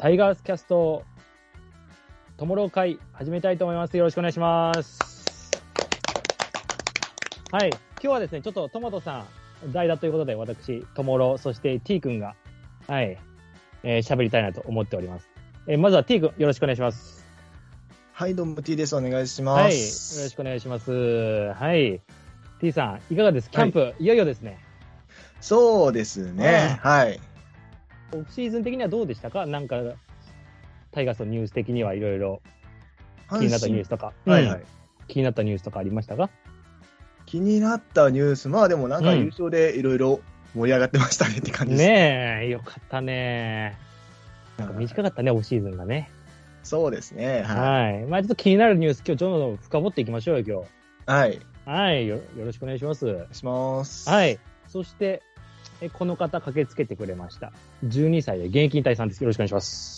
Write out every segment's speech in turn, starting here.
タイガースキャストトモロー会始めたいと思います。よろしくお願いします。はい、今日はですね、ちょっとトマトさん代打ということで、私トモロ、そして T 君が喋りたいなと思っております。まずは T 君、よろしくお願いします。 はい、どうも T です。お願いします。 はい、よろしくお願いします。はい、T さんいかがですか？キャンプ、はい、いよいよですね。 そうですね。はい。 オフシーズン的にはどうでしたか？なんかタイガースのニュース的にはいろいろ気になったニュースとか、はいはい、気になったニュースとかありましたか？ 気になったニュース、まあでもなんか優勝でいろいろ盛り上がってましたねって感じです。 ねえ、よかったね。なんか短かったね、オフシーズンがね。 そうですね。 はい。まあちょっと気になるニュース、今日ちょっと深掘っていきましょうよ、今日。 はい。 はい。よろしくお願いします。お願いします。 はい。そして、この方駆けつけてくれました。12歳で現役引退さんです。よろしくお願いします。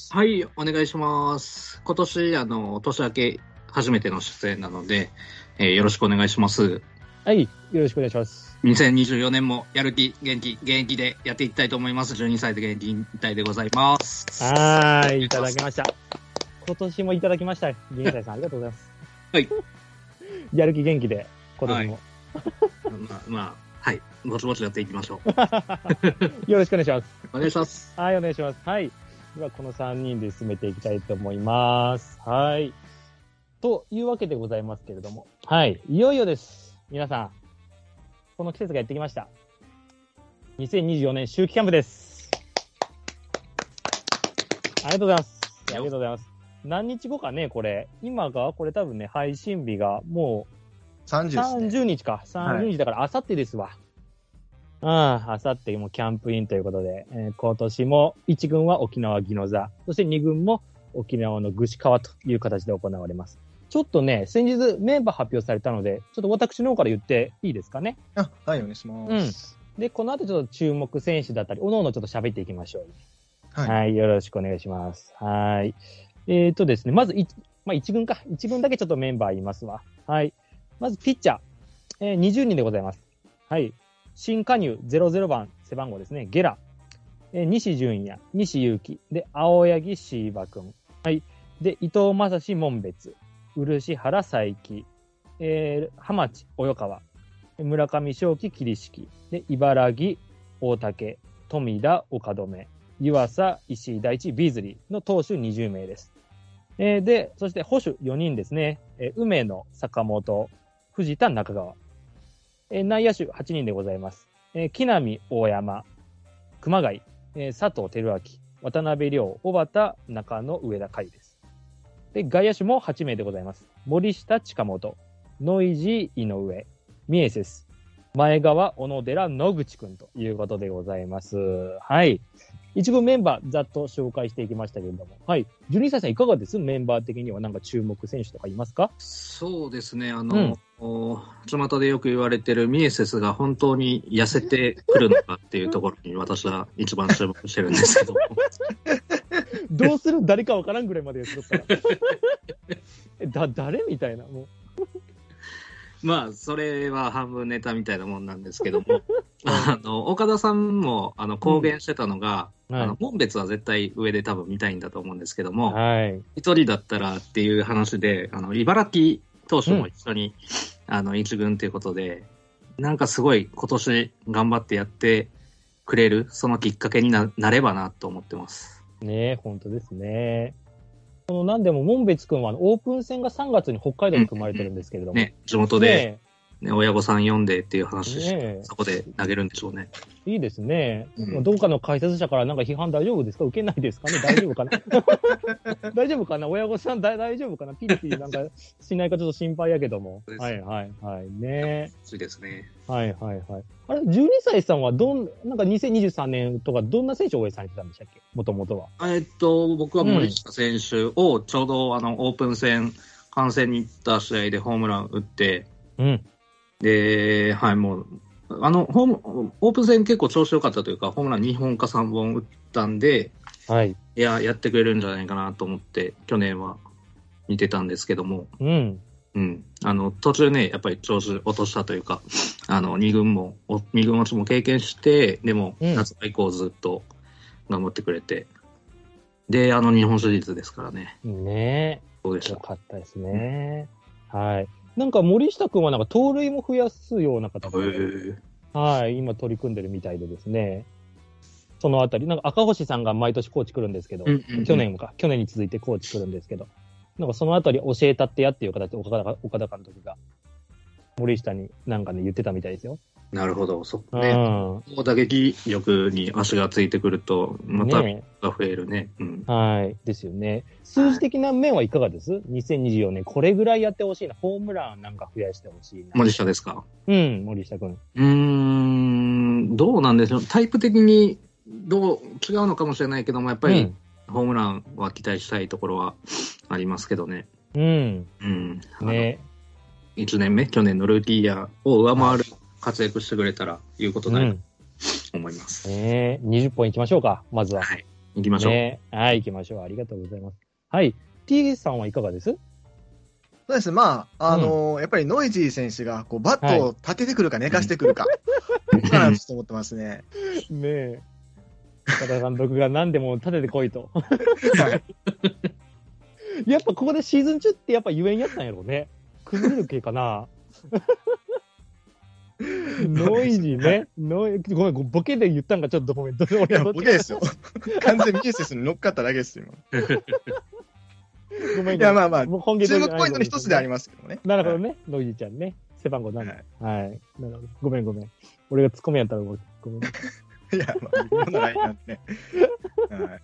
はい、お願いします。今年、年明け初めての出演なので、よろしくお願いします。 はい、よろしくお願いします。 2024年もやる気、元気、現役でやっていきたいと思います。12歳で現役引退でございます。 はい、いただきました。今年もいただきました。現役さん、ありがとうございます。 はい。 やる気元気で、今年も。 はい。はい。ぼちぼちやっていきましょう。 よろしくお願いします。 お願いします。 はい、お願いします。はい。では、この3人で進めていきたいと思います。はい。というわけでございますけれども。はい。いよいよです。皆さん。この季節がやってきました。2024年秋季キャンプです。ありがとうございます。ありがとうございます。何日後かね、これ。今が、これ多分ね、配信日がもう、30日か。30日だから、あさってですわ。あさってもキャンプインということで、今年も1軍は沖縄宜野座、そして2軍も沖縄の具志川という形で行われます。ちょっとね、先日メンバー発表されたので、ちょっと私の方から言っていいですかね。 はい、お願いします。 で、この後ちょっと注目選手だったり、おのおのちょっと喋っていきましょう。はい、よろしくお願いします。はい。ですね、まず1軍か。1軍だけちょっとメンバー言いますわ。はい。まずピッチャー、20人でございます。はい。新加入00番背番号ですね。ゲラ。西純也、西祐希。で、青柳椎葉くん。はい。で、伊藤正史門別。漆原佐伯。浜地及川。村上正輝桐敷。で、茨城大竹。富田岡留。湯浅石井大地ビーズリーの投手20名です。で、そして捕手4人ですね。梅野坂本。藤田中川。内野手8人でございます。木浪大山、熊谷、佐藤輝明、渡辺亮、小畑、中野、上田海です。で、外野手も8名でございます。森下近本、ノイジー井上、ミエセス、前川小野寺野口くんということでございます。はい。一軍メンバーざっと紹介していきましたけれども、はい。12歳さんいかがです？メンバー的にはなんか注目選手とかいますか？ そうですね、巷でよく言われてるミエセスが本当に痩せてくるのかっていうところに私は一番注目してるんですけどどうする？誰かわからんぐらいまでやったら誰みたいなもうまあそれは半分ネタみたいなもんなんですけども岡田さんも公言してたのが、門別は絶対上で多分見たいんだと思うんですけども、一人だったらっていう話で茨城投手も一緒に、一軍ということで、なんかすごい今年頑張ってやってくれる、そのきっかけに なればなと思ってます。 ねえ、本当ですね。なんでも、門別くんはオープン戦が3月に北海道に組まれてるんですけれども。 ね、地元で、ね、親御さん呼んでっていう話して、そこで投げるんでしょうね。 いいですね。どうかの解説者からなんか批判大丈夫ですか？受けないですかね？大丈夫かな大丈夫かな？親御さん大丈夫かな？ピリピリなんかしないかちょっと心配やけども。はいはいはい。ね。 そうですね。 はいはいはい。あれ、12歳さんはなんか2023年とかどんな選手を応援されてたんでしたっけ？もともとは。 僕は森下選手をちょうどオープン戦、観戦に行った試合でホームラン打って、で、はい、もう、オープン戦結構調子良かったというか、ホームラン2本か3本打ったんで、はい。やってくれるんじゃないかなと思って、去年は見てたんですけども、途中ね、やっぱり調子落としたというか、2軍落ちも経験して、でも、夏以降ずっと頑張ってくれて、 で、日本シリーズですからね。 ねえ。 そうでした。 よかったですね。はい。なんか森下くんはなんか盗塁も増やすような形で、はい、今取り組んでるみたいでですね。そのあたり、なんか赤星さんが毎年コーチ来るんですけど、去年に続いてコーチ来るんですけど、なんかそのあたり教えたってやっていう形で岡田監督が森下になんかね言ってたみたいですよ。 なるほど、そうね。打撃力に足がついてくると、またが増えるね。 はい、ですよね。数字的な面はいかがです？ 2024 年、これぐらいやってほしいな。ホームランなんか増やしてほしいな。 森下ですか？ 森下くん。 どうなんでしょう。タイプ的に違うのかもしれないけども、やっぱり、ホームランは期待したいところはありますけどね。 ね。 1年目、去年のルーキーイヤーを上回る活躍してくれたら、いうことになると思います。 20本いきましょうか、まずは。 はい。いきましょう。 はい、いきましょう。ありがとうございます。はい。T さんはいかがです？ そうですね。やっぱりノイジー選手が、バットを立ててくるか寝かしてくるか、かなと思ってますね。 ねえ。岡田監督が何でも立ててこいと。やっぱここでシーズン中ってやっぱ言えんやったんやろうね。崩れる系かな。ノイジーね。ごめん、ボケで言ったんかちょっとごめん。ボケですよ。注目に乗っかっただけですよ。 ごめん。 いや、注目ポイントの一つでありますけどね。 なるほどね。ノイジーちゃんね。背番号7。はい。なるほど。ごめん。俺が突っ込みやったらごめん。 いや、微妙なラインなんでね。 はい。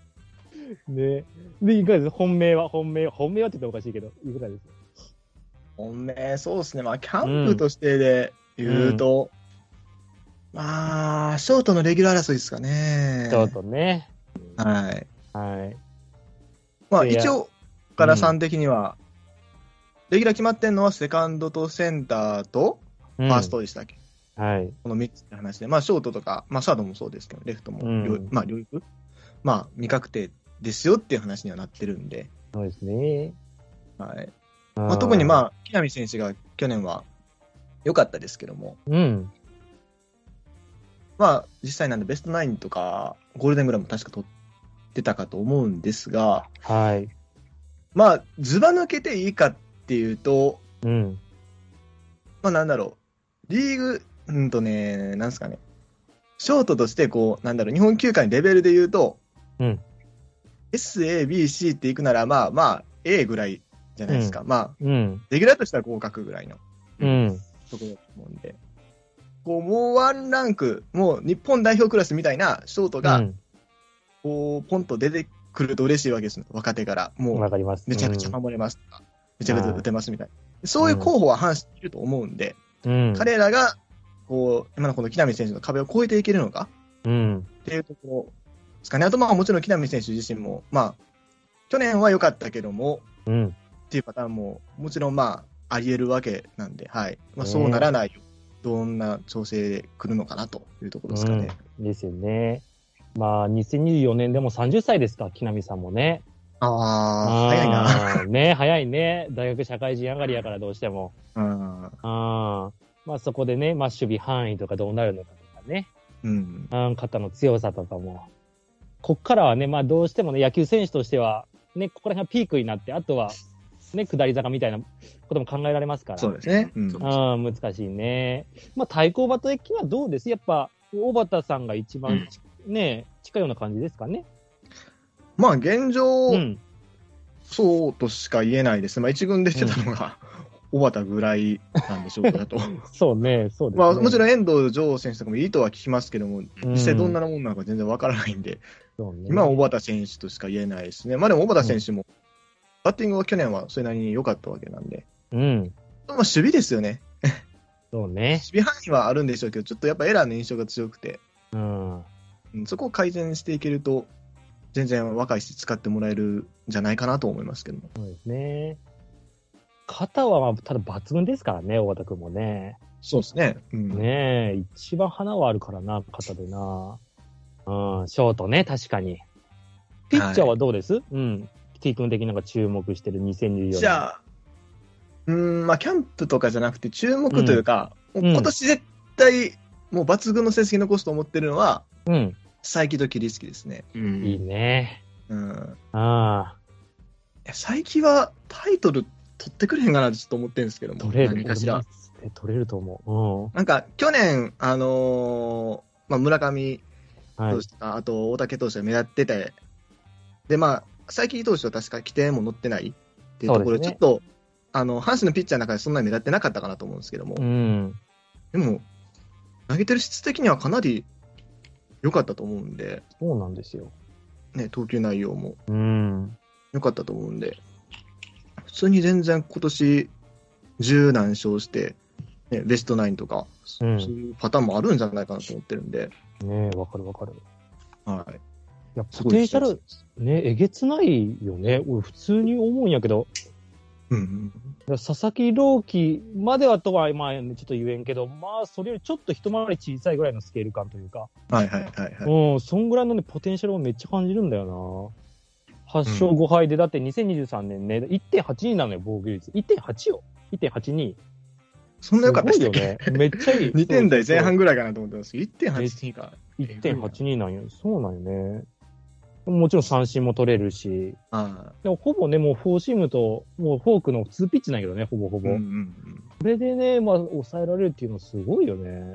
ね。で、いかがです？本命はって言ったらおかしいけど、いかがです？ 本命、そうですね。キャンプとしてで言うと、ショートのレギュラー争いですかね。 ショートね。 はい。 はい。 一応、岡田さん的には、レギュラー決まってんのはセカンドとセンターとファーストでしたっけ？ はい。 この3つって話で、ショートとか、サードもそうですけど、レフトも、両翼未確定ですよっていう話にはなってるんで。 そうですね。 はい。特に木浪選手が去年は良かったですけども。実際なんでベストナインとか、ゴールデングラブも確か取ってたかと思うんですが、 はい。 ずば抜けていいかっていうと、なんだろう、リーグ、なんですかね、ショートとして日本球界のレベルで言うと、SA、B、C っていくなら、A ぐらいじゃないですか。レギュラーとしては合格ぐらいのところだと思うんで、もうワンランク、もう日本代表クラスみたいなショートが、ポンと出てくると嬉しいわけです。若手から。もう、めちゃくちゃ守れますとか、めちゃくちゃ打てますみたいな。そういう候補は反していると思うんで、彼らが、今のこの木浪選手の壁を越えていけるのか、っていうところですかね。あと、もちろん木浪選手自身も、去年は良かったけども、っていうパターンも、もちろんあり得るわけなんで、はい。そうならないよ。どんな調整で来るのかなというところですかね。 ですよね。2024年でも30歳ですか、木浪さんもね。 早いな。 ね、早いね。大学社会人上がりやからどうしても。そこでね、守備範囲とかどうなるのかとかね。肩の強さとかも。こっからはね、どうしてもね、野球選手としては、ね、ここら辺がピークになって、あとは、ね、下り坂みたいなことも考えられますから。 そうですね。 難しいね。対抗馬と的にはどうです？やっぱ、小畑さんが一番ね、近いような感じですかね。 現状、そうとしか言えないです。一軍でしてたのが、小畑ぐらいなんでしょうかと。 そうね。 もちろん遠藤城選手とかもいいとは聞きますけども、実際どんなもんなのか全然わからないんで、今は小畑選手としか言えないですね。でも小畑選手も、バッティングは去年はそれなりに良かったわけなんで。守備ですよね。 そうね。 守備範囲はあるんでしょうけど、ちょっとやっぱエラーの印象が強くて、そこを改善していけると、全然若いし使ってもらえるんじゃないかなと思いますけども。 そうですね。肩はただ抜群ですからね、大畑君もね。 そうですね。 ねえ、一番花はあるからな、肩でな。ショートね、確かに。ピッチャーはどうです？T 君的なのが注目してる2024年。 じゃあ、キャンプとかじゃなくて注目というか、今年絶対もう抜群の成績残すと思ってるのは、佐伯と桐月ですね。 いいね。 最近はタイトル取ってくれへんかなってちょっと思ってるんですけども。 取れる。 何かしら。 取れると思う。なんか、去年、村上投手とか、あと大竹投手が目立ってて、で、才木投手は確か規定も乗ってないっていうところで、ちょっと、阪神のピッチャーの中でそんなに目立ってなかったかなと思うんですけども。でも、投げてる質的にはかなり良かったと思うんで。 そうなんですよ。 ね、投球内容も。良かったと思うんで。普通に全然今年、10何勝して、ね、ベストナインとか、そういうパターンもあるんじゃないかなと思ってるんで。 ねえ、わかる。 はい。 いや、ポテンシャル、ね、えげつないよね。俺、普通に思うんやけど。佐々木朗希まではとは、ちょっと言えんけど、それよりちょっと一回り小さいぐらいのスケール感というか。そんぐらいのね、ポテンシャルをめっちゃ感じるんだよな。8勝5敗で、だって2023年ね、1.82 なのよ、防御率。1.8 よ。1.82。 そんな良かったっすよね。めっちゃいい。 2点台前半ぐらいかなと思ってますけど、1.82 か。 1.82 なんよ。そうなんよね。もちろん三振も取れるし。でもほぼね、もうフォーシームと、もうフォークの2ピッチなんやけどね、ほぼ。これでね、抑えられるっていうのすごいよね。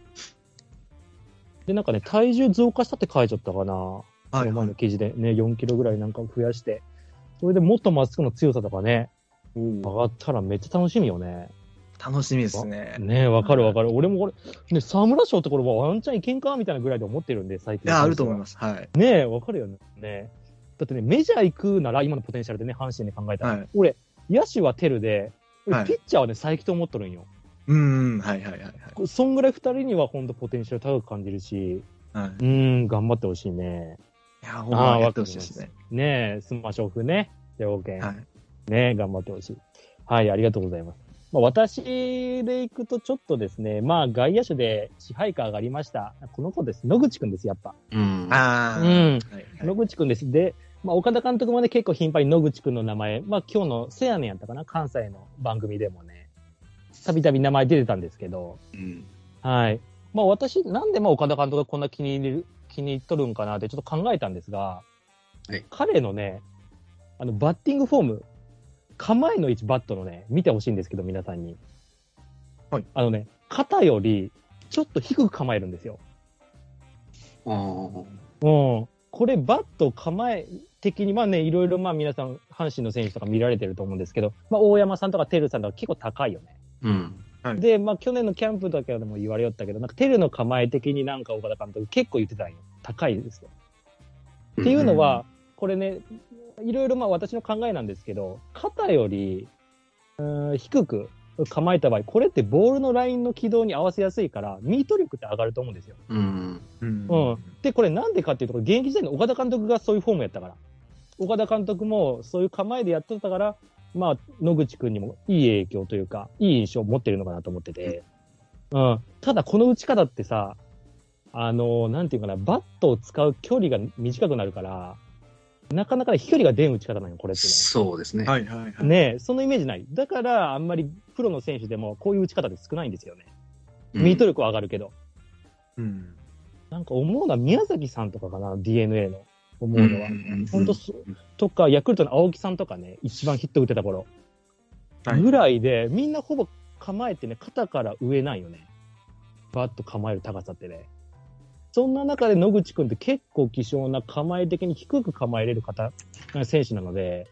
で、なんかね、体重増加したって書いちゃったかな。この前の記事でね、4キロぐらいなんか増やして。それでもっとまっすぐの強さとかね、上がったらめっちゃ楽しみよね。 楽しみですね。 ね、わかる。俺もこれ、ね、沢村賞ってこれワンチャンいけんかみたいなぐらいで思ってるんで、最近。 いや、あると思います。はい。 ね、わかるよね。だってね、メジャー行くなら、今のポテンシャルでね、阪神で考えたら、俺、野手はテルで、ピッチャーはね、才木と思っとるんよ。そんぐらい二人には本当ポテンシャル高く感じるし、頑張ってほしいね。 いや、ほんまやってほしいですね。 ねスマショフね、条件。ね、頑張ってほしい。はい、ありがとうございます。私で行くとちょっとですね、外野手で支配下上がりました。この子です。野口くんです、やっぱ。野口くんです。で、岡田監督もね、結構頻繁に野口くんの名前、今日のせやねんやったかな、関西の番組でもね、たびたび名前出てたんですけど、はい。私、なんで岡田監督がこんな気に入っとるんかなってちょっと考えたんですが、彼のね、バッティングフォーム、構えの位置バットのね、見てほしいんですけど、皆さんに。肩よりちょっと低く構えるんですよ。これバット構え的に、いろいろ皆さん、阪神の選手とか見られてると思うんですけど、大山さんとかテルさんとか結構高いよね。で、去年のキャンプとかでも言われよったけど、なんかテルの構え的になんか岡田監督結構言ってたんよ。高いですよ。っていうのは、これね、いろいろ私の考えなんですけど、肩より低く構えた場合、これってボールのラインの軌道に合わせやすいから、ミート力って上がると思うんですよ。で、これなんでかっていうと、現役時代の岡田監督がそういうフォームやったから。岡田監督もそういう構えでやってたから、野口くんにもいい影響というか、いい印象を持ってるのかなと思ってて。ただこの打ち方ってさ、なんていうかな、バットを使う距離が短くなるから、なかなか飛距離が出ん打ち方なんよ、これってね。 そうですね。 ねそのイメージない。だから、あんまりプロの選手でもこういう打ち方って少ないんですよね。ミート力は上がるけど。なんか思うのは宮崎さんとかかな、DNA の思うのは。本当とか、ヤクルトの青木さんとかね、一番ヒット打ってた頃。ぐらいで、みんなほぼ構えてね、肩から上ないよね。バッと構える高さってね。そんな中で野口くんって結構希少な構え的に低く構えれる選手なので、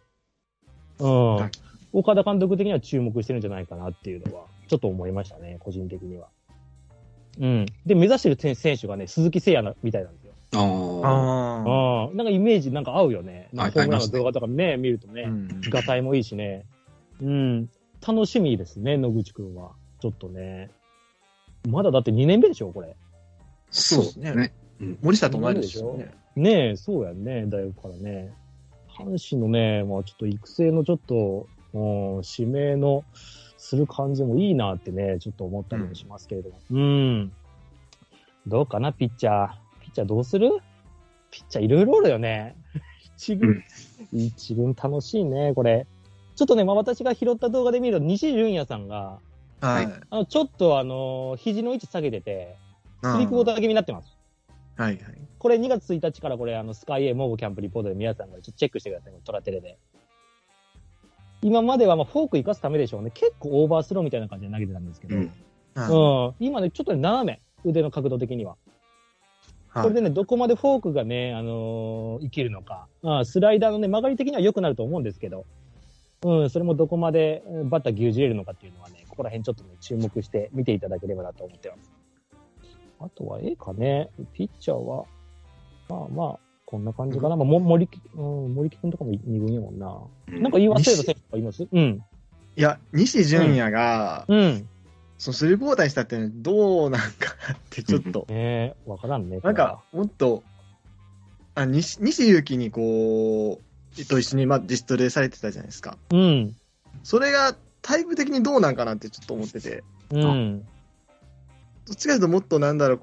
岡田監督的には注目してるんじゃないかなっていうのは、ちょっと思いましたね、個人的には。で、目指してる選手がね、鈴木誠也みたいなんですよ。なんかイメージなんか合うよね。ホームランの動画とかね、見るとね、ガタイもいいしね。楽しみですね、野口くんは。ちょっとね。まだだって2年目でしょ、これ。 そうですね。森下と同いですよね。 ねえ、そうやんね、大学からね。阪神のね、ちょっと育成のちょっと、指名のする感じもいいなってね、ちょっと思ったりもしますけれども。どうかな、ピッチャー。ピッチャーどうする？ピッチャーいろいろあるよね。一軍楽しいね、これ。ちょっとね、私が拾った動画で見ると、西純也さんが、ちょっと肘の位置下げてて、スリークォーター気味になってます。 はいはい。 これ2月1日からこれスカイ A モーゴキャンプリポートで皆さんがちょっとチェックしてください。トラテレで。今まではフォーク生かすためでしょうね。結構オーバースローみたいな感じで投げてたんですけど。今ね、ちょっとね、斜め。腕の角度的には。これでね、どこまでフォークがね、生きるのか。スライダーのね、曲がり的には良くなると思うんですけど。それもどこまでバッター牛耳れるのかっていうのはね、ここら辺ちょっとね、注目して見ていただければなと思ってます。あとはかね、ピッチャーは、こんな感じかな。森木くんとかも2軍やもんな。なんか言い忘れた選手がいます？いや、西純也が、そのスリークォーターにしたってどうなんかなってちょっと。 わからんね。 なんか、もっと、西勇輝にと一緒に自主トレされてたじゃないですか。それがタイプ的にどうなんかなってちょっと思ってて。どっちかというともっと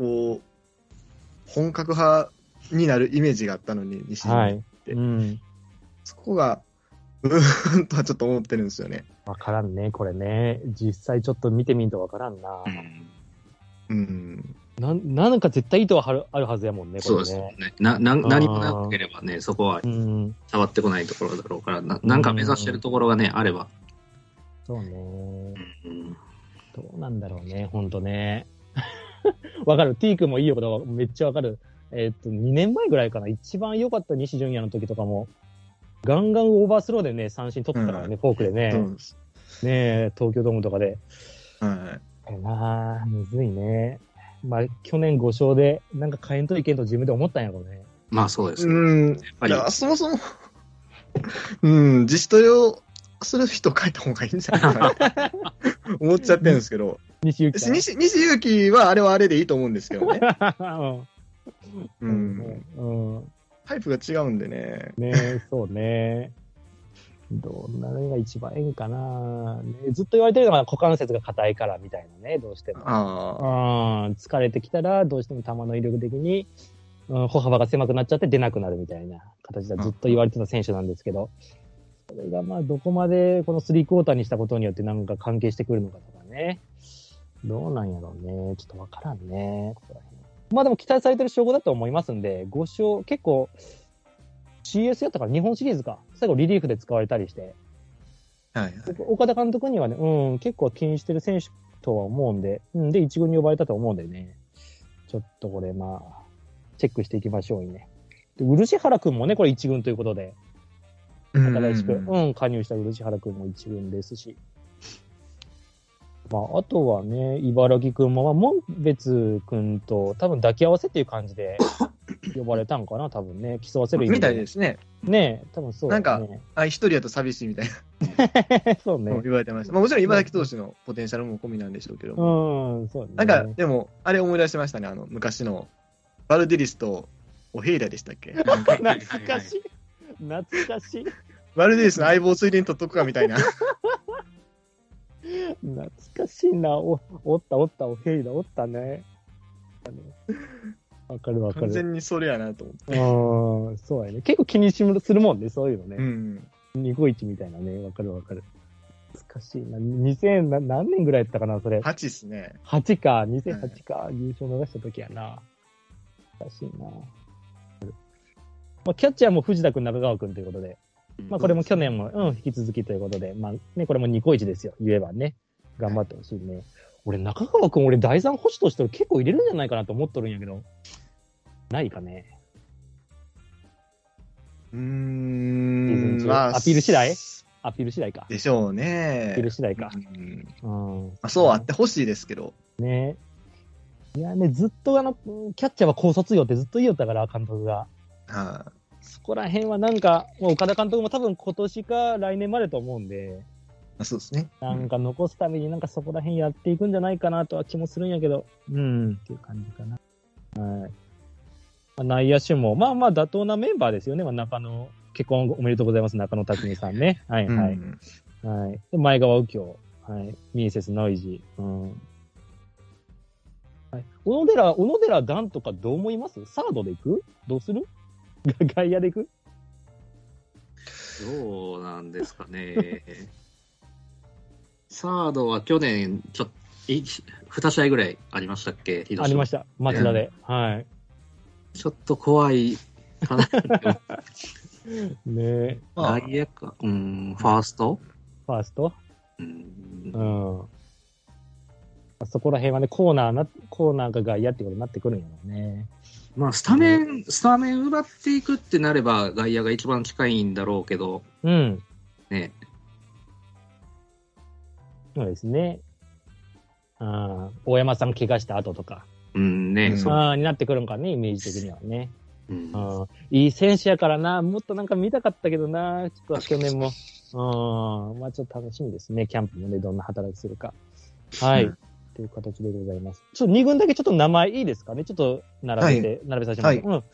本格派になるイメージがあったのに、西純也って。そこが、とはちょっと思ってるんですよね。 わからんね、これね。実際ちょっと見てみんとわからんな。なんか絶対意図はあるはずやもんね、これね。 そうですね。何もなければね、そこは触ってこないところだろうから、なんか目指してるところがね、あれば。 そうね。どうなんだろうね、ほんとね。わかる。T 君もいいよことはめっちゃわかる。2年前ぐらいかな。一番良かった西純也の時とかも、ガンガンオーバースローでね、三振取ってたからね、フォークでね。ね東京ドームとかで。むずいね。去年5勝で、なんか変えんといけんと自分で思ったんやろうね。 まあそうですね。 いや、そもそも、自主トレをする人書いた方がいいんじゃないかな思っちゃってるんですけど。西勇輝はあれはあれでいいと思うんですけどね。タイプが違うんでね。 そうね。どんなのが一番ええんかな、ずっと言われてるのが股関節が硬いからみたいなね、どうしても。疲れてきたらどうしても球の威力的に、歩幅が狭くなっちゃって出なくなるみたいな形でずっと言われてた選手なんですけど、それがどこまでこの3クォーターにしたことによってなんか関係してくるのかとかね。どうなんやろうね。ちょっとわからんね。ここら辺でも期待されてる証拠だと思いますんで、5勝、結構、CS やったから日本シリーズか。最後リリーフで使われたりして。岡田監督にはね、結構気にしてる選手とは思うんで、で、一軍に呼ばれたと思うんでね。ちょっとこれチェックしていきましょうね。で、漆原くんもね、これ一軍ということで。新しく、加入した漆原くんも一軍ですし。あとはね、茨城くんも、門別くんと多分抱き合わせっていう感じで呼ばれたんかな、多分ね。競わせる意味で。 みたいですね。 多分そう、ね。 なんか、一人やと寂しいみたいな。 そうね。 言われてました。もちろん茨城投手のポテンシャルも込みなんでしょうけど。 そうね。 なんか、でも、あれ思い出しましたね。昔の、バルデリスとオヘイラでしたっけ懐かしい。懐かしい。 バルデリスの相棒ついでに取っとくかみたいな。 懐かしいな。おった、オヘイラ、おったね。わかる。 完全にそれやなと思って。 そうやね。結構気にするもんね、そういうのね。ニコイチみたいなね。わかる。懐かしいな。2000何年ぐらいやったかな、それ。 8っすね。 8か、2008か、優勝逃した時やな。懐かしいな。キャッチャーも藤田くん、中川くんということで。これも去年も、引き続きということで、これもニコイチですよ。言えばね。頑張ってほしいね。俺、中川くん、第3捕手として結構入れるんじゃないかなと思っとるんやけど。ないかね。アピール次第か。 でしょうね。 アピール次第か。 そうあってほしいですけど。 ね。いやね、ずっとキャッチャーは高卒業ってずっと言いよったから、監督が。そこら辺はなんか、岡田監督も多分今年か来年までと思うんで。 そうですね。 なんか残すためになんかそこら辺やっていくんじゃないかなとは気もするんやけど。っていう感じかな。内野手も、妥当なメンバーですよね。中野、結婚おめでとうございます。中野拓実さんね。で前川右京。ミーセスノイジー。小野寺ダンとかどう思います？サードで行く？どうする？外野で行く？ そうなんですかね。サードは去年、2試合ぐらいありましたっけ？ ありました。町田で。 ちょっと怖いかな。 ね外野か。ファーストファーストそこら辺はね、コーナーが外野ってことになってくるんやろうね。 まあ、スタメン奪っていくってなれば、外野が一番近いんだろうけど。ね。 そうですね。大山さん怪我した後とか。 ね。 になってくるんかね、イメージ的にはね。いい選手やからな、もっとなんか見たかったけどな、ちょっと去年も。まあちょっと楽しみですね、キャンプもね、どんな働きするか。はい。という形でございます。ちょっと2軍だけちょっと名前いいですかね、ちょっと並べさせてもらって。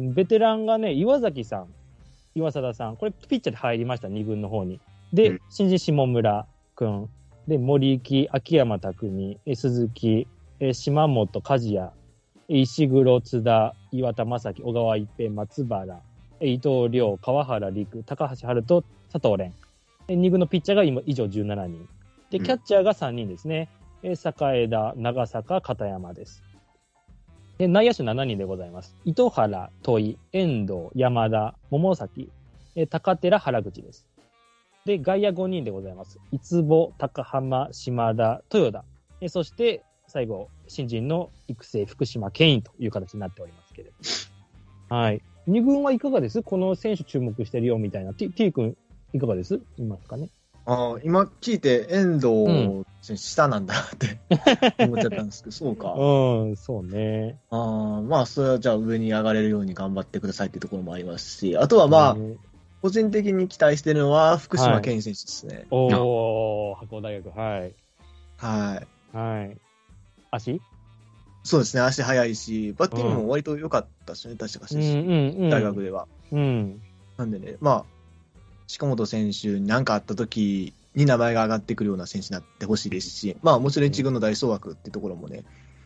ベテランがね、岩貞さん、これピッチャーで入りました、2軍の方に。で、新人下村くん。で、森木、秋山匠、鈴木、島本和也、石黒津田、岩田正樹、小川一平、松原、伊藤亮、川原陸、高橋春人、佐藤蓮。2軍のピッチャーが今以上17人。で、キャッチャーが3人ですね。坂枝、長坂、片山です。で、内野手7人でございます。糸原、戸井、遠藤、山田、桃崎、高寺、原口です。で、外野5人でございます。五保、高浜、島田、豊田。そして、最後、新人の育成、福島健一という形になっておりますけれども。はい。2軍はいかがです？この選手注目してるよみたいな。T 君、いかがですいますかね？ 今聞いて、遠藤選手下なんだって思っちゃったんですけど、そうか。 そうね。 まあ、それはじゃあ上に上がれるように頑張ってくださいっていうところもありますし、あとはまあ、個人的に期待してるのは福島健選手ですね。 白鴎大学、はい。 はい。 足そうですね、足速いし、バッティングも割と良かったですね、確か大学では。なんでね、まあ、近本選手に何かあった時に名前が上がってくるような選手になってほしいですし、まあもちろん一軍の大総枠ってところもね、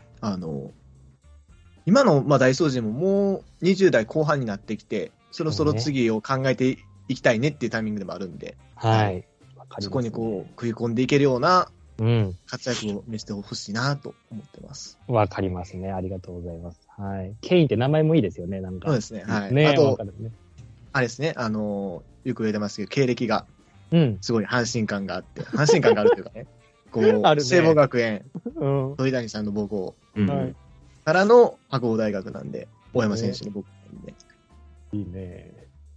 今の大総陣ももう20代後半になってきて、そろそろ次を考えていきたいねっていうタイミングでもあるんで、そこにこう食い込んでいけるような活躍を見せてほしいなと思ってます。 わかりますね。ありがとうございます。はい。ケインって名前もいいですよね、なんか。 そうですね。はい。 ね、 あと、あれですね、よく言われてますけど、経歴が、すごい阪神感があって、阪神感があるというかね、こう、聖望学園、鳥谷さんの母校からの白鴎大学なんで、大山選手の母校なんで。 いいね。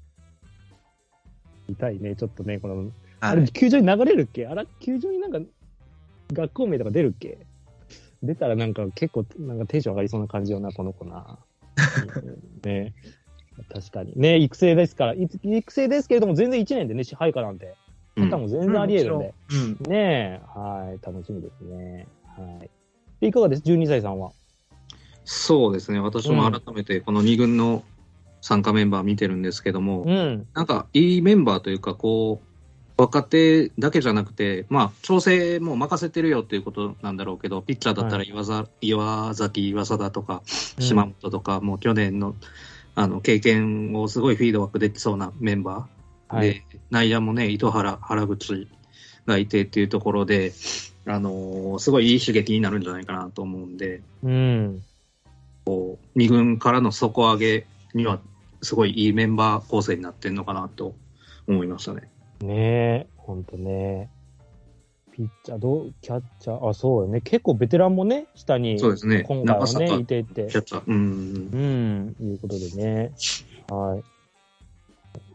痛いね、ちょっとね、この、あれ、球場に流れるっけ？球場になんか、学校名とか出るっけ？出たらなんか結構なんかテンション上がりそうな感じよな、この子な。ね。確かに。ね、育成ですから、育成ですけれども全然1年でね、支配下なんて、方も全然あり得るんで。ねはい、楽しみですね。はい。で、いかがです？ 12 歳さんは。 そうですね、私も改めてこの2軍の参加メンバー見てるんですけども、なんかいいメンバーというか、こう、若手だけじゃなくて、まあ、調整も任せてるよっていうことなんだろうけど、ピッチャーだったら岩崎、岩貞とか、島本とか、もう去年の経験をすごいフィードバックできそうなメンバー。で、内野もね、糸原、原口がいてっていうところで、すごいいい刺激になるんじゃないかなと思うんで、こう、2軍からの底上げには、すごいいいメンバー構成になってんのかなと思いましたね。 ねえ、ほんとね。ピッチャー、キャッチャー、そうよね。結構ベテランもね、下に、 そうですね。 今回はね、いてて。 キャッチャー。 いうことでね。はい。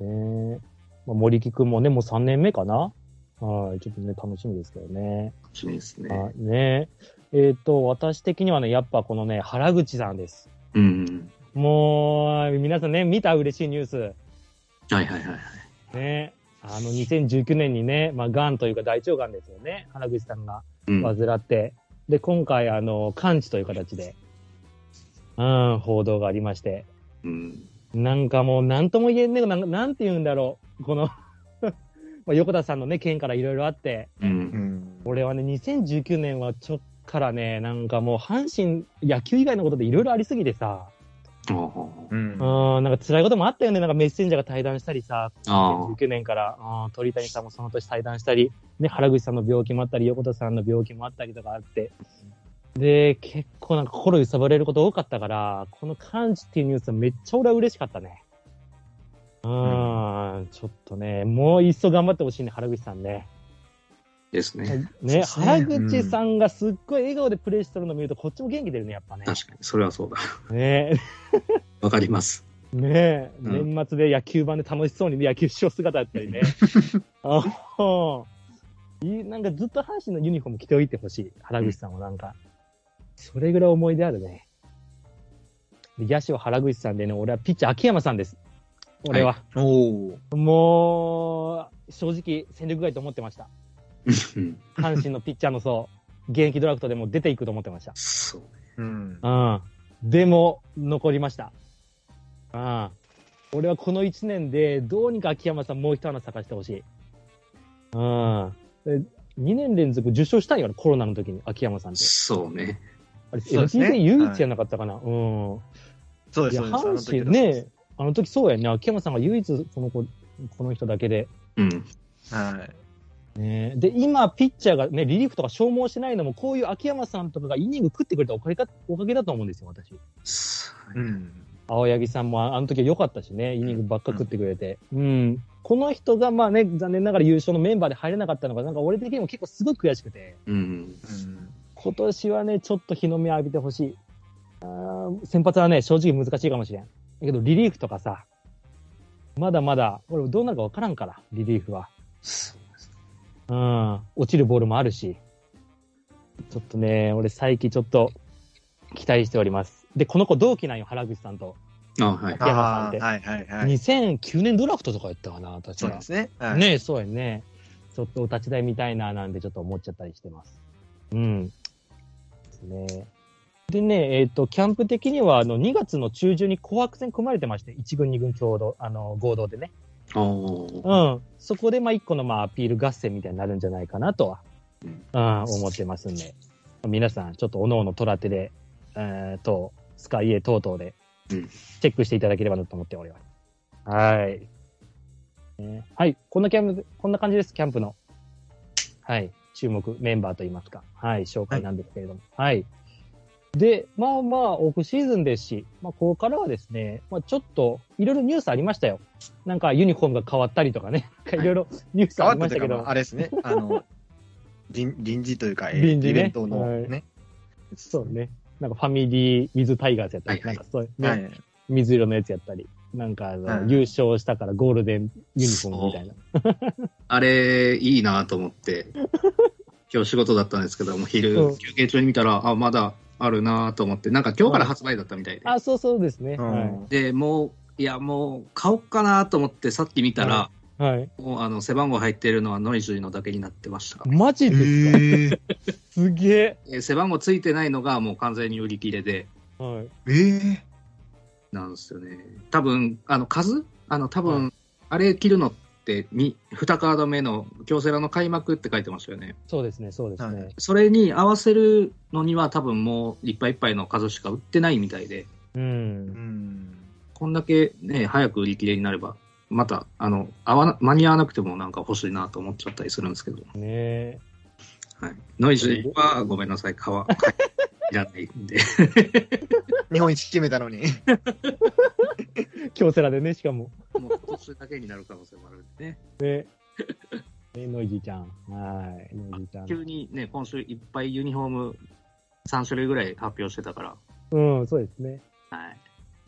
ね森木くんもね、もう3年目かな？はい。ちょっとね、楽しみですけどね。 楽しみですね。 ね私的にはね、やっぱこのね、原口さんです。もう、皆さんね、見た嬉しいニュース。 はい。 ね。2019年にね、癌というか大腸癌ですよね。原口さんが患って。で、今回、完治という形で、報道がありまして。なんかもう、なんとも言えんねえ、なんて言うんだろう。この横田さんのね、件からいろいろあって。俺はね、2019年はからね、なんかもう、阪神、野球以外のことでいろいろありすぎてさ。なんか辛いこともあったよね。なんかメッセンジャーが対談したりさ、2019年から、鳥谷さんもその年対談したり、ね、原口さんの病気もあったり、横田さんの病気もあったりとかあって、 で、結構なんか心揺さぶられること多かったから、この完治っていうニュースはめっちゃ俺は嬉しかったね。ちょっとね、もう一層頑張ってほしいね、原口さんね。 ですね。 ね、原口さんがすっごい笑顔でプレイしてるのを見ると、こっちも元気出るね、やっぱね。 確かに、それはそうだ。 ねわかります。 ねえ、年末で野球盤で楽しそうに野球しよう姿だったりね。なんかずっと阪神のユニフォーム着ておいてほしい。原口さんはなんか、それぐらい思い出あるね。で野手は原口さんでね、俺はピッチャー秋山さんです。俺は。 はい、 もう、正直戦力外と思ってました。阪神のピッチャーの現役ドラフトでも出ていくと思ってました。 そう。 でも、残りました。俺はこの1年で、どうにか秋山さんもう一花咲かしてほしい。2年連続受賞したんよ、コロナの時に、秋山さんって。 そうね。 あれ、MT で唯一やなかったかな。 そうです、 阪神ね、あの時そうやね、秋山さんが唯一、この人だけで。 はい。 ね、で、今、ピッチャーがね、リリーフとか消耗してないのも、こういう秋山さんとかがイニング食ってくれたおかげだと思うんですよ、私。青柳さんもあの時は良かったしね、イニングばっか食ってくれて。この人がまあね、残念ながら優勝のメンバーで入れなかったのが、なんか俺的にも結構すごい悔しくて。今年はね、ちょっと日の目浴びてほしい。先発はね、正直難しいかもしれん。だけど、リリーフとかさ、まだまだ、俺どうなるか分からんから、リリーフは。落ちるボールもあるし。ちょっとね、俺、最近ちょっと期待しております。で、この子同期なんよ、原口さんと。秋山さんって。2009年ドラフトとかやったかな、確か。 そうですね。 ね、そうやね。ちょっとお立ち台みたいな、なんでちょっと思っちゃったりしてます。ですね。でね、キャンプ的には、2月の中旬に紅白戦組まれてまして、1軍、2軍共同、合同でね。そこで、1個の、アピール合戦みたいになるんじゃないかなとは、思ってますんで。皆さん、ちょっと、おのおの虎手で、スカイエ等々で、チェックしていただければなと思っております。はい。はい。こんな感じです、キャンプの。はい。注目メンバーといいますか。はい。紹介なんですけれども。はい。で、オフシーズンですし、ここからはですね、ちょっと、いろいろニュースありましたよ。なんか、ユニフォームが変わったりとかね。いろいろニュースありましたけど。 あれですね。臨時というか、 臨時ね。 イベントのね。 そうね。なんか、ファミリー・ウィズ・タイガーズやったり、なんかそうね。水色のやつやったり。なんか、優勝したからゴールデンユニフォームみたいな。 あれ、いいなと思って、今日仕事だったんですけども、昼、休憩中に見たら、まだあるなと思って、なんか今日から発売だったみたいで。 そうですね。 で、もう買おうかなと思ってさっき見たら、もう背番号入ってるのはノイジーのだけになってました。 マジですか？すげえ。背番号ついてないのがもう完全に売り切れで。なんですよね。多分、数多分、あれ着るのって2カード目の京セラの開幕って書いてましたよね。 そうですね。 それに合わせるのには多分もういっぱいいっぱいの数しか売ってないみたいで。こんだけね、早く売り切れになれば、また、間に合わなくてもなんか欲しいなと思っちゃったりするんですけど。 ね。 はい。ノイジーはごめんなさい、いらないんで。 日本一決めたのに。 京セラでね、しかも。 もう今年だけになる可能性もあるんでね。ノイジーちゃん。はい。ノイジーちゃん。 急にね、今週いっぱいユニフォーム3種類ぐらい発表してたから。 そうですね。 はい。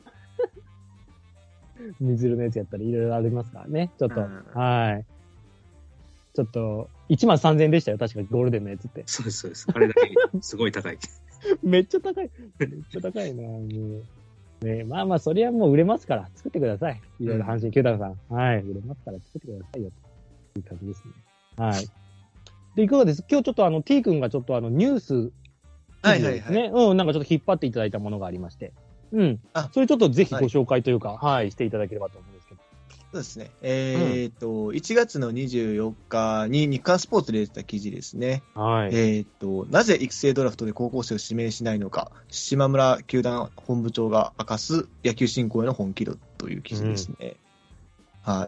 水色のやつやったり、いろいろありますからね。ちょっと、はい。ちょっと、13,000円でしたよ、確かゴールデンのやつって。 そうです。あれだけすごい高い。 めっちゃ高いな、もう。ね、それはもう売れますから、作ってください。いろいろ阪神球団さん。はい、売れますから作ってくださいよ、という感じですね。はい。で、いかがです？今日ちょっとT 君がちょっとニュース、ね、なんかちょっと引っ張っていただいたものがありまして。それちょっとぜひご紹介というか、していただければと思うんですけど。 そうですね。1月の24日に日刊スポーツで出た記事ですね。なぜ育成ドラフトで高校生を指名しないのか、島村球団本部長が明かす野球振興への本気度という記事ですね。ざ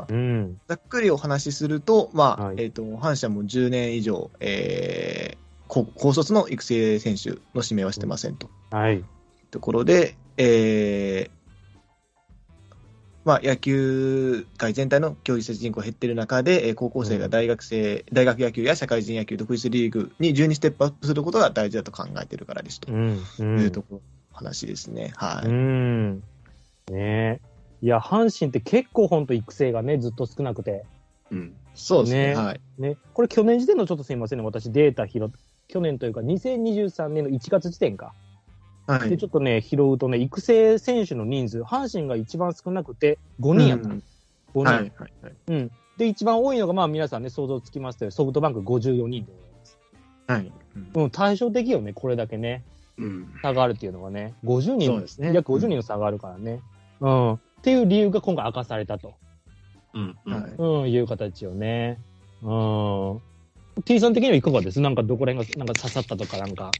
っくりお話しすると、阪神も10年以上、 高卒の育成選手の指名はしてませんと。 はい。 ところで、まあ、野球界全体の競技施設人口が減っている中で、高校生が大学野球や社会人野球、独立リーグに12ステップアップすることが大事だと考えているからですというところの話ですね。はい。 ねえ。いや、阪神って結構本当育成がね、ずっと少なくて。 そうですね。はい。 ね。これ去年時点のちょっとすみませんね。私データ去年というか2023年の1月時点か。はい。で、ちょっとね、拾うとね、育成選手の人数、阪神が一番少なくて5人やった。5人。はい。で、一番多いのが、まあ皆さんね、想像つきますけど、ソフトバンク54人でございます。はい。対照的よね、これだけね。差があるっていうのはね。50人、そうですね。約50人の差があるからね。っていう理由が今回明かされたと。いう形よね。T さん的にはいかがです？なんかどこら辺がなんか刺さったとかなんか。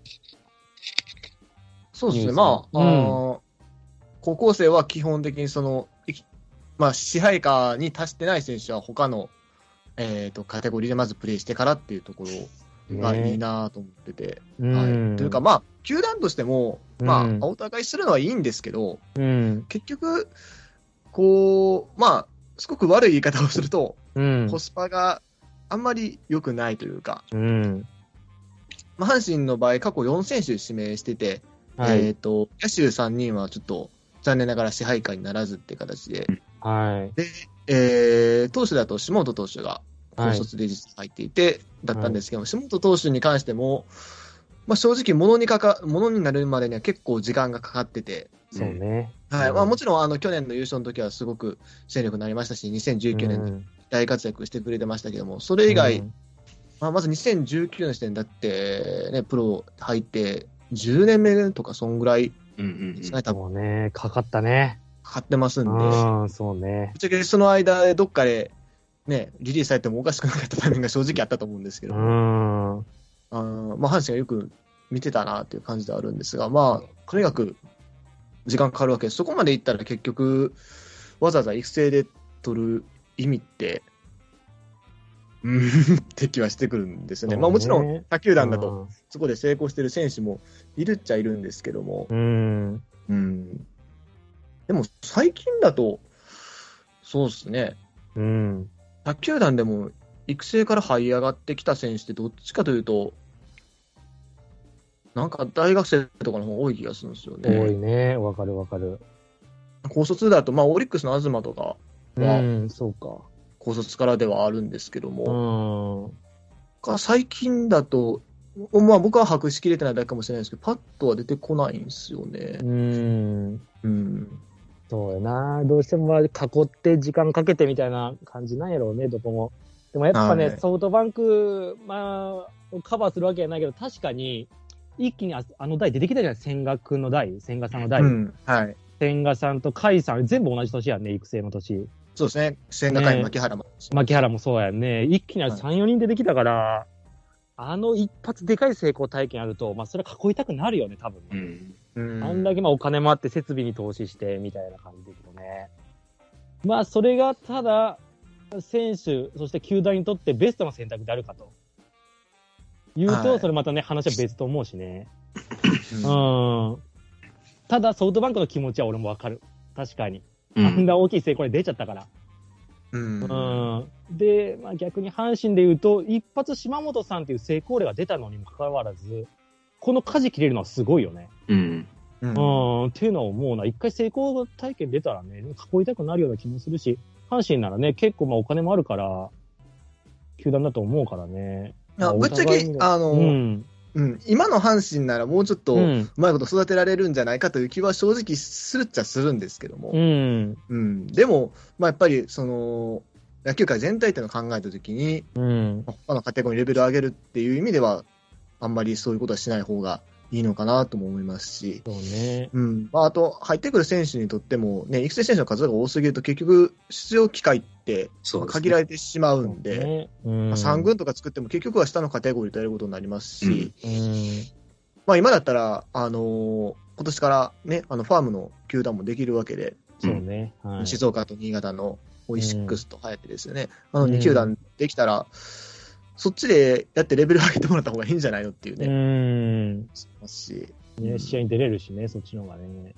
そうですね。まあ、高校生は基本的にまあ、支配下に達してない選手は他の、カテゴリーでまずプレーしてからっていうところがいいなと思ってて。はい。というか、まあ、球団としても、まあ、お互いするのはいいんですけど、結局、こう、まあ、すごく悪い言い方をすると、コスパがあんまり良くないというか、まあ、阪神の場合、過去4選手指名してて、野手3人はちょっと残念ながら支配下にならずっていう形で、で、投手だと下本投手が高卒で実は入っていて、だったんですけども、下本投手に関しても、まあ、正直物になるまでには結構時間がかかってて、 そうね。 はい。まあ、もちろん、去年の優勝の時はすごく戦力になりましたし、2019年に大活躍してくれてましたけども、それ以外、まあ、まず2019年の時点だって、ね、プロ入って、10年目とか、そんぐらいですね、多分。 そうね、かかったね。 かかってますんで。 そうね。 ぶっちゃけその間でどっかで、ね、リリースされてもおかしくなかったタイミングが正直あったと思うんですけども。まあ、阪神がよく見てたなっていう感じではあるんですが、まあ、とにかく、時間かかるわけです。そこまでいったら結局、わざわざ育成で取る意味って、って気はしてくるんですよね。まあもちろん、他球団だと、そこで成功してる選手もいるっちゃいるんですけども。でも最近だと、そうですね。他球団でも育成から這い上がってきた選手ってどっちかというと、なんか大学生とかの方が多い気がするんですよね。 多いね。わかるわかる。 高卒だと、まあ、オリックスの東とかは、 そうか。 高卒からではあるんですけども、最近だと、まあ僕は把握しきれてないだけかもしれないですけど、パッとは出てこないんですよね。 そうやな。どうしても囲って時間かけてみたいな感じなんやろうね、どこも。でもやっぱね、ソフトバンク、まあ、カバーするわけじゃないけど、確かに、一気にあの台出てきたじゃない、千賀さんの台。千賀さんと甲斐さん、全部同じ年やんね、育成の年。 そうですね。千賀甲斐、牧原も。 牧原もそうやんね。一気に3、4人出てきたから、一発でかい成功体験あると、まあそれは囲いたくなるよね、多分ね。あんだけまあお金もあって設備に投資して、みたいな感じでけどね。まあそれがただ、選手、そして球団にとってベストな選択であるかと。言うと、それまたね、話は別と思うしね。ただ、ソフトバンクの気持ちは俺もわかる。確かに。あんな大きい成功で出ちゃったから。で、まあ逆に阪神で言うと、一発島本さんっていう成功例が出たのにもかかわらず、この舵切れるのはすごいよね。っていうのは思うな。一回成功体験出たらね、囲いたくなるような気もするし、阪神ならね、結構まあお金もあるから、球団だと思うからね。 ぶっちゃけ、今の阪神ならもうちょっとうまいこと育てられるんじゃないかという気は正直するっちゃするんですけども。でも、まあ、やっぱり、野球界全体っていうのを考えたときに、他のカテゴリーレベルを上げるっていう意味では、あんまりそういうことはしない方がいいのかなとも思いますし。 そうね。 まあ、あと、入ってくる選手にとっても、ね、育成選手の数が多すぎると結局、出場機会って限られてしまうんで、3軍とか作っても結局は下のカテゴリーとやることになりますし、まあ今だったら、今年からね、ファームの球団もできるわけで、 そうね。 静岡と新潟のオイシックスと流行ってですよね。2球団できたら、 そっちでやってレベル上げてもらった方がいいんじゃないのっていうね。しますし。 ね、試合に出れるしね、そっちの方がね。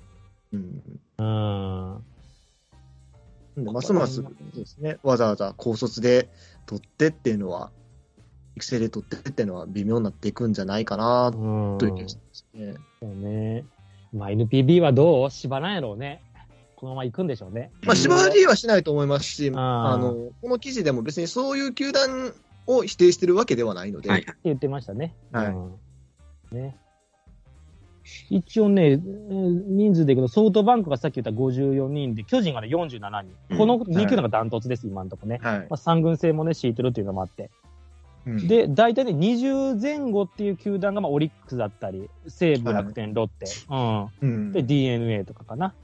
ますますですね、わざわざ高卒で取ってっていうのは、育成で取ってっていうのは微妙になっていくんじゃないかな、という気がしますね。 そうね。まあ NPB はどう縛らんやろうね。このまま行くんでしょうね。 まあ縛りはしないと思いますし、この記事でも別にそういう球団を否定してるわけではないので。 はい。言ってましたね。 はい。 ね。一応ね、人数でいくと、ソフトバンクがさっき言った54人で、巨人がね、47人。この2球団がダントツです、今のところね。まあ、3軍制もね、敷いてるっていうのもあって。で、大体ね、20前後っていう球団が、まあ、オリックスだったり、西武、楽天、ロッテ、で、DNA とかかな。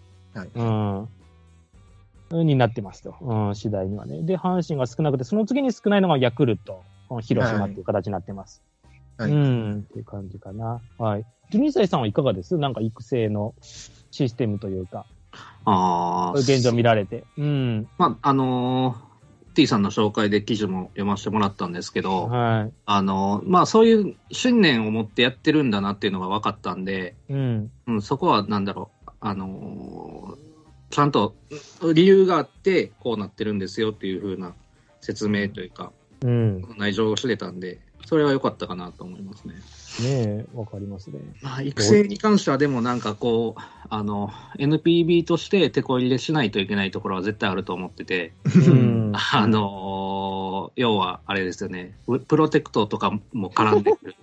になってますと。次第にはね。で、阪神が少なくて、その次に少ないのがヤクルト、広島っていう形になってます。っていう感じかな。はい。12歳さんはいかがです？なんか育成のシステムというか。現状見られて。 まあ、T さんの紹介で記事も読ませてもらったんですけど、まあ、そういう信念を持ってやってるんだなっていうのが分かったんで、そこはなんだろう、ちゃんと理由があってこうなってるんですよっていう風な説明というか、内情を知れたんで、それは良かったかなと思いますね。 ねえ、わかりますね。 まあ、育成に関してはでもなんかこう、NPB として手こ入れしないといけないところは絶対あると思ってて、要はあれですよね、プロテクトとかも絡んでくる。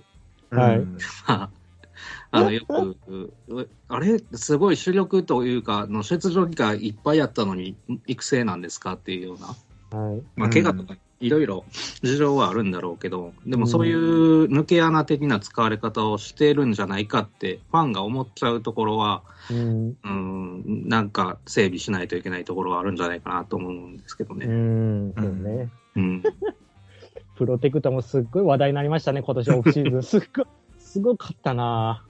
よく、あれ、すごい主力というか、出場機会いっぱいあったのに、育成なんですかっていうような。まあ、怪我とかいろいろ事情はあるんだろうけど、でもそういう抜け穴的な使われ方をしてるんじゃないかって、ファンが思っちゃうところは、なんか整備しないといけないところはあるんじゃないかなと思うんですけどね。 そうね。プロテクトもすっごい話題になりましたね、今年オフシーズン。すごかったな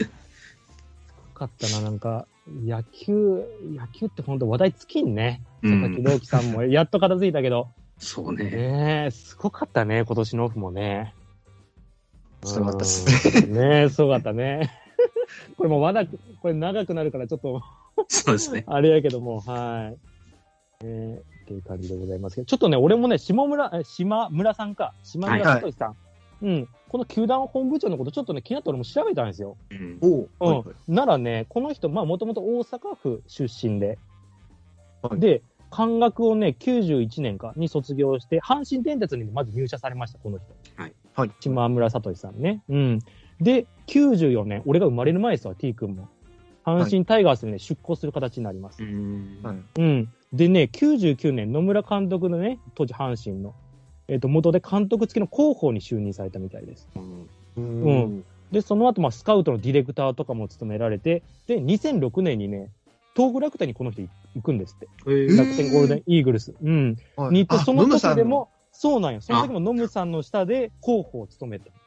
なんか、野球って本当話題尽きんね。佐々木朗希さんもやっと片付いたけど。 そうね。 すごかったね、今年のオフもね。 すごかったっすね。すごかったね。これもまだ、これ長くなるからちょっと、 そうですね。 あれやけども、はい。っていう感じでございますけど、ちょっとね、俺もね、島村聡さん。この球団本部長のことちょっとね、気になって俺も調べたんですよ。ならね、この人、まあもともと大阪府出身で、で、関学をね、91年かに卒業して、阪神電鉄にまず入社されました、この人。島村聡さんね。で、94年、俺が生まれる前ですわ、T 君も。阪神タイガースにね、出向する形になります。でね、99年、野村監督のね、当時阪神の、元で監督付きの広報に就任されたみたいです。で、その後、まあ、スカウトのディレクターとかも務められて、で、2006年にね、東武楽天にこの人行くんですって。楽天ゴールデンイーグルス。その時でも、そうなんよ。その時もノムさんの下で広報を務めた。